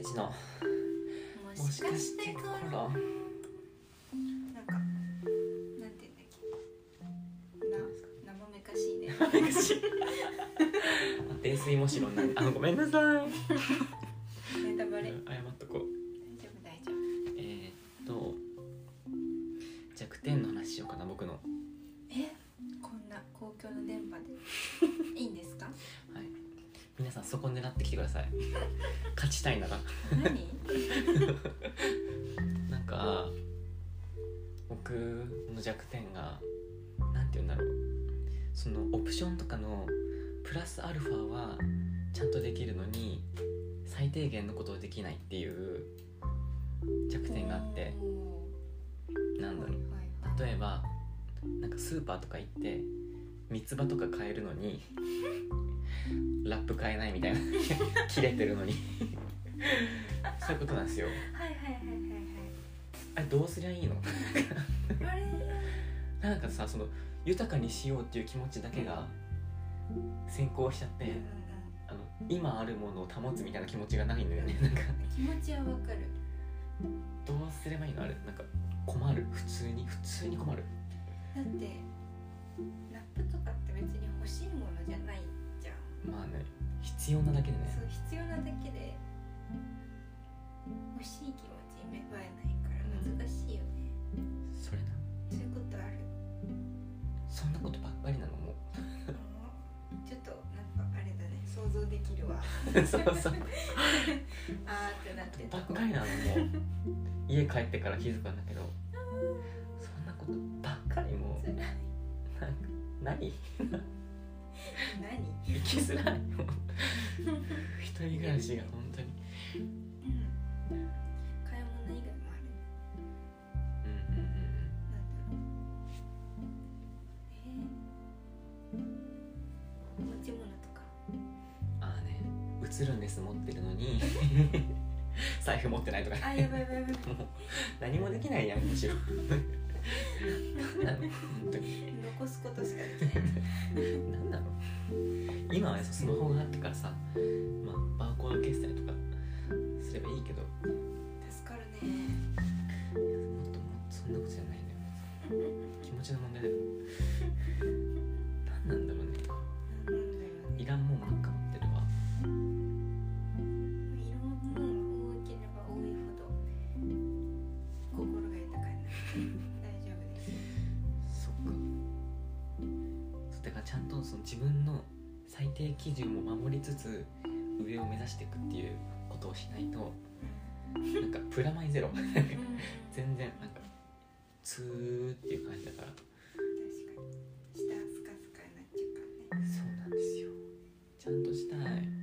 ちのもしかして頃なんかなんて言うんだっけな生めかしいね待って塩水もしろんなんでごめんなさいネタバレ謝っとこう。 大丈夫弱点の話しようかな、僕の。 こんな公共の電波でいいんですか？ はい、皆さんそこ狙ってきてください勝ちたいなら何なんか僕の弱点がなんて言うんだろう、そのオプションとかのプラスアルファはちゃんとできるのに最低限のことをできないっていう弱点があって、なんだろう、例えばなんかスーパーとか行って三つ葉とか買えるのにラップ買えないみたいな切れてるのにそういうことなんですよ。あれどうすりゃいいのあれなんかさ、その豊かにしようっていう気持ちだけが先行しちゃって、今あるものを保つみたいな気持ちがないのよね。なんか気持ちはわかる。 どうすればいいのあれ、なんか困る、普通に困る。 だってラップとかって別に欲しいものじゃないじゃん。 まあね、必要なだけでね。 そう、必要なだけで欲しい気持ち芽生えないから難しいよね。 それな、 そういうことある。 そんなことばっかりなのもうちょっとなんかあれだね、想像できるわそうあーってなってたばっかりなのもう家帰ってから気づくんだけど、そんなことばっかりもう何生きづらい一人暮らしが本当に、 買い物以外もある。持ち物とか。 ああね、映るんです持ってるのに財布持ってないとかあ、やばいやばいやばい。 もう何もできないやん、むしろ何なの本当に残すことしかできない何なの。今はスマホがあってからさ、まあバーコード決済とかすればいいけど、 助かるね。 もっとそんなことじゃないんだよ、気持ちの問題だよ。何なんだろうね。いらんもんばっか持ってるわ。 いろんなものが多ければ多いほど心が豊かになる大丈夫です。 そっか。だからちゃんとその自分の最低基準を守りつつ上を目指していくっていうことをしないと、なんかプラマイゼロ全然なんかツーっていう感じだから。 確かに下スカスカになっちゃうからね。 そうなんですよ、ちゃんとしたい。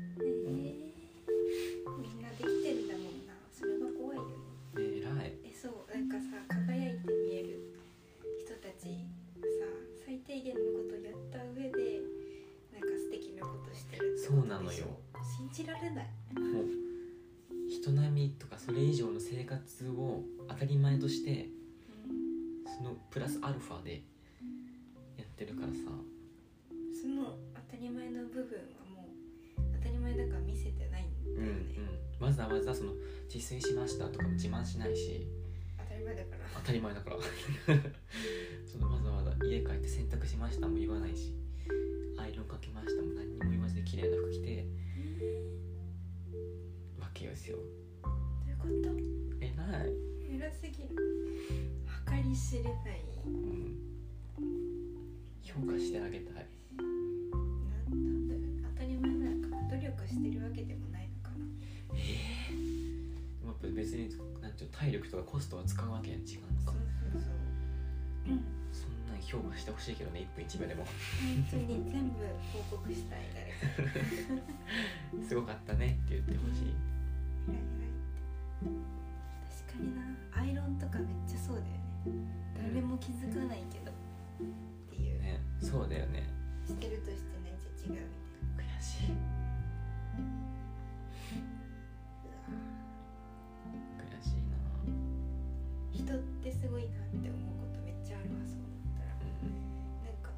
みんなできてるんだもんな。それが怖いよね。 偉い。 そう、なんかさ、輝いて見える人たちさ、最低限のことをやった上でなんか素敵なことしてるってことでしょ。 そうなのよ。 信じられない。 もう人並みとかそれ以上の生活を当たり前として、そのプラスアルファでやってるからさ、 その当たり前の部分はもう当たり前だから見せてないんだよね。 わざわざその自炊しましたとかも自慢しないし、 当たり前だから。 当たり前だからそのわざわざ家帰って洗濯しましたも言わないし、アイロンかけましたも何にも言わずに綺麗な服着てわけですよ。 どういうこと？ 偉い。 偉すぎる。計り知れない。 評価してあげたい。 なんだろう、当たり前なんか努力してるわけでもないのかな。 でも別になんていう体力とかコストは使うわけやん、時間とか。そんなん評価してほしいけどね、1分1秒でも本当に全部報告したい、誰かすごかったねって言ってほしい。 偉い偉いって。確かにな、アイロンとかめっちゃそうだよね。誰も気づかないけどっていうね、そうだよね。 してるとしてないじゃ違うみたいな。 悔しい。悔しいな。 人ってすごいなって思うことめっちゃあるわ、そう思ったら。なんか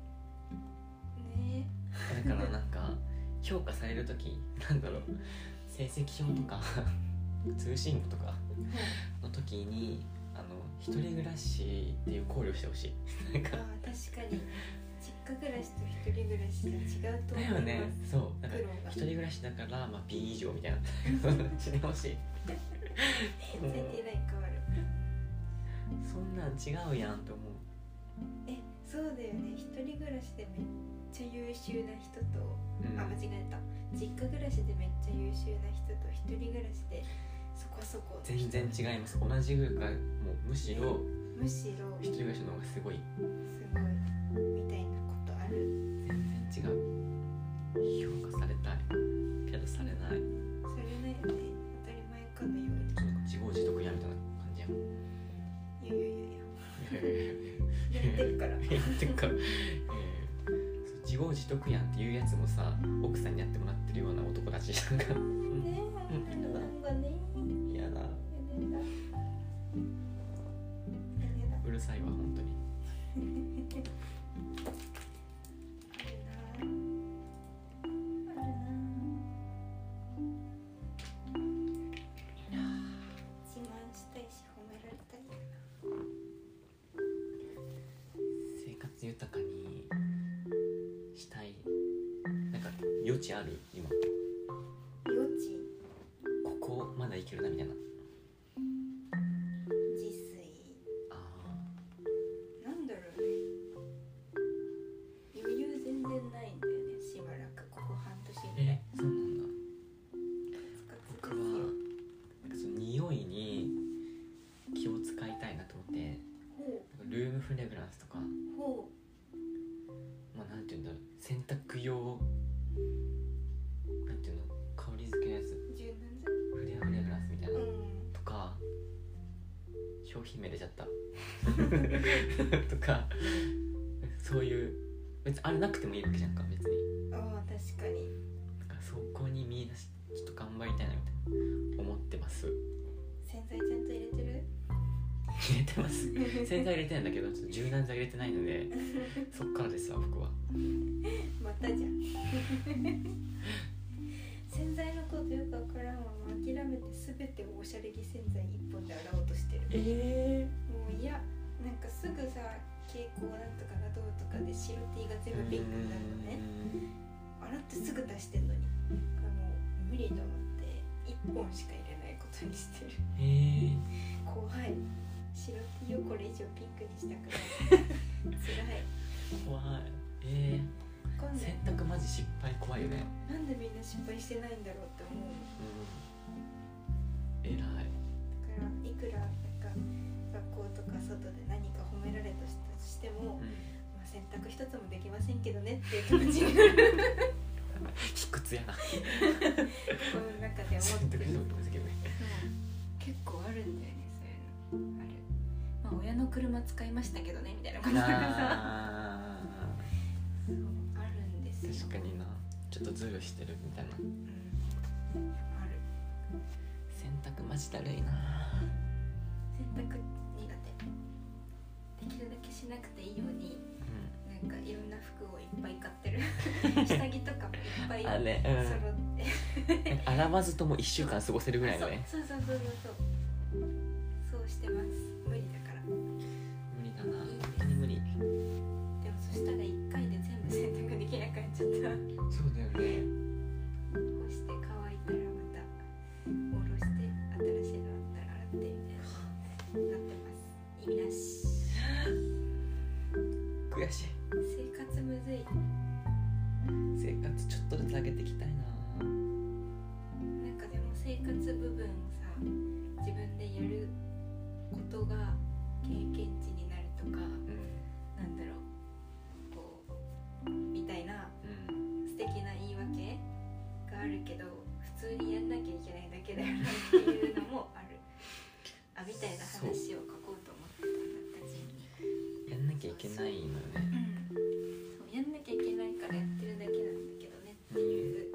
ねだからなんか評価されるとき、なんだろう、先成績表とか通信簿とかの時に一人暮らしっていう考慮してほしい。なんかあ確かに実家暮らしと一人暮らしと違うと思います。 だよね。そうだから苦労が一人暮らしだから、まあ、B 以上みたいなしてほしい。 最低ライン変わる。 そんなん違うやんと思う。 そうだよね。一人暮らしでめっちゃ優秀な人と、 うん間違えた。実家暮らしでめっちゃ優秀な人と一人暮らしでそこそこ全然違います。同じぐらいもうむしろむしろ一人暮らしの方がすごい。 すごいみたいなことある。 全然違う。評価されたいけどされない。 それね当たり前かのように。 自業自得やみたいな感じやん。 いやいやいやいやややってるからやってるからそう自業自得やんっていうやつもさ、奥さんにやってもらってるような男たちなんかねえなんかね嫌だ。 やだうるさいわ本当に。 あるな自慢したいし褒められたいな。 生活豊かにしたいなんか余地ある今。 余地ここまだいけるなみたいな。 自炊あなんだろうね。余裕全然ないんだよね。しばらくここ半年ぐらいそうなんだ。 使僕はなんかその匂いに気を使いたいなと思って、 ほルームフレグランスとか、 うほまあなんていうんだろう、洗濯用なんていうの、香り付けのやつ、 う柔軟フレアフレグランスみたいな、 剤とか商品名出ちゃったとか、そういう別にあれなくてもいいわけじゃんか別に。 ああ確かに。 なんかそこに見出しちょっと頑張りたいなみたいな思ってます。 洗剤ちゃんと入れてる？ 入れてます洗剤入れてないんだけどちょっと柔軟剤入れてないのでそっからですわ僕は。 またじゃん洗剤のことよくわからんわ。もう諦めて全てをおしゃれ着洗剤一本で洗おうとしてる。もういやなんかすぐさ蛍光なんとかがどうとかで白 T が全部ピンクになるのね。洗ってすぐ出してんのにもう無理と思って1本しか入れないことにしてる。怖い。白 T をこれ以上ピンクにしたくない辛い。 怖い。洗濯マジ失敗怖いよね。 なんでみんな失敗してないんだろうって思う。 偉い。 だからいくらなんか学校とか外で何か褒められたとしても、まあ、洗濯一つもできませんけどねっていう気持ちになる卑屈やなこの中で思ってる。 洗濯一つもできませんけどね。 結構あるんだよねそういうの。ある。まあ親の車使いましたけどねみたいなことがさそうあるんですよ。 確かにな。ちょっとズルしてるみたいな。 ある。 洗濯マジだるいな。 洗濯苦手。できるだけしなくていいように、なんかいろんな服をいっぱい買ってる下着とかもいっぱい揃って、 洗わずとも1週間過ごせるぐらいのね。 そうしてます。無理だから。 無理だな本当に無理。 でもそしたら1回で全部洗濯できなくなっちゃった。 そうだよね。 干して乾いたらまた下ろして新しいのあったら洗ってみたいななってます。意味なし。 悔しい。 生活むずい。 生活ちょっとずつ上げていきたいな。 なんかでも生活部分さ自分でやることが経験値になるとか、なんだろうこうみたいな素敵な言い訳があるけど普通にやんなきゃいけないだけだよなっていうのもあるみたいな話を書こうと思ってたんだった順に。 やんなきゃいけないのよね。 そうやんなきゃいけないからやってるだけなんだけどねっていう。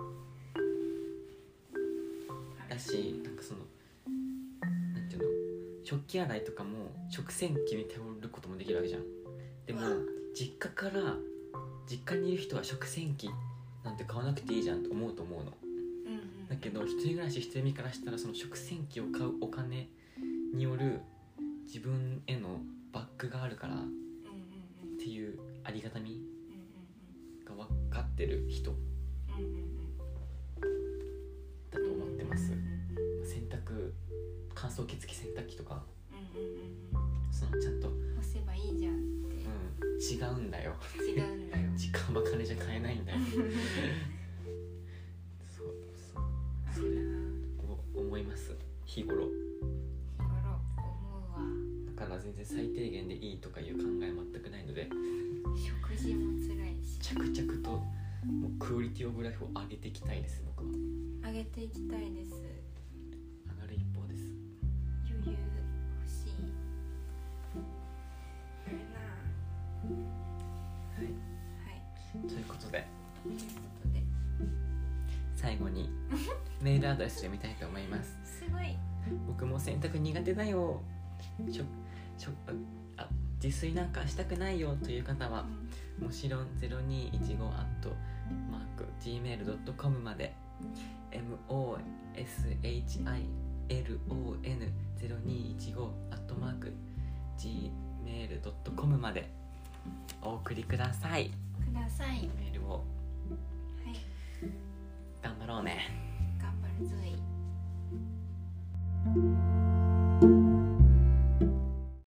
だしなんかそのなんていうの、食器洗いとかも食洗機に頼ることもできるわけじゃん。でも実家にいる人は食洗機なんて買わなくていいじゃんと思うの。 だけど一人暮らししてる身からしたらその食洗機を買うお金による自分へのバックがあるからっていうありがたみが分かってる人だと思ってます。洗濯乾燥機付き洗濯機とかそのちゃんと干せばいいじゃんって、 違うんだよ違うんだよ時間は金じゃ買えないんだよそうそれを思います日頃思うわ。 だから全然最低限でいいとかいう考え全くないので食事も辛いし着々ともうクオリティオブライフを上げていきたいです。僕は上げていきたいです。 上がる一方です。 余裕欲しいあれな。 はい、 はい、 ということで最後にメールアドレスで見たいと思います。 すごい。 僕も洗濯苦手だよ、自炊なんかしたくないよという方は、もちろん 0215@gmail.com まで moshilon0215@gmail.com までお送りください。 メールを、 はい、 頑張ろうね。 頑張るぞい。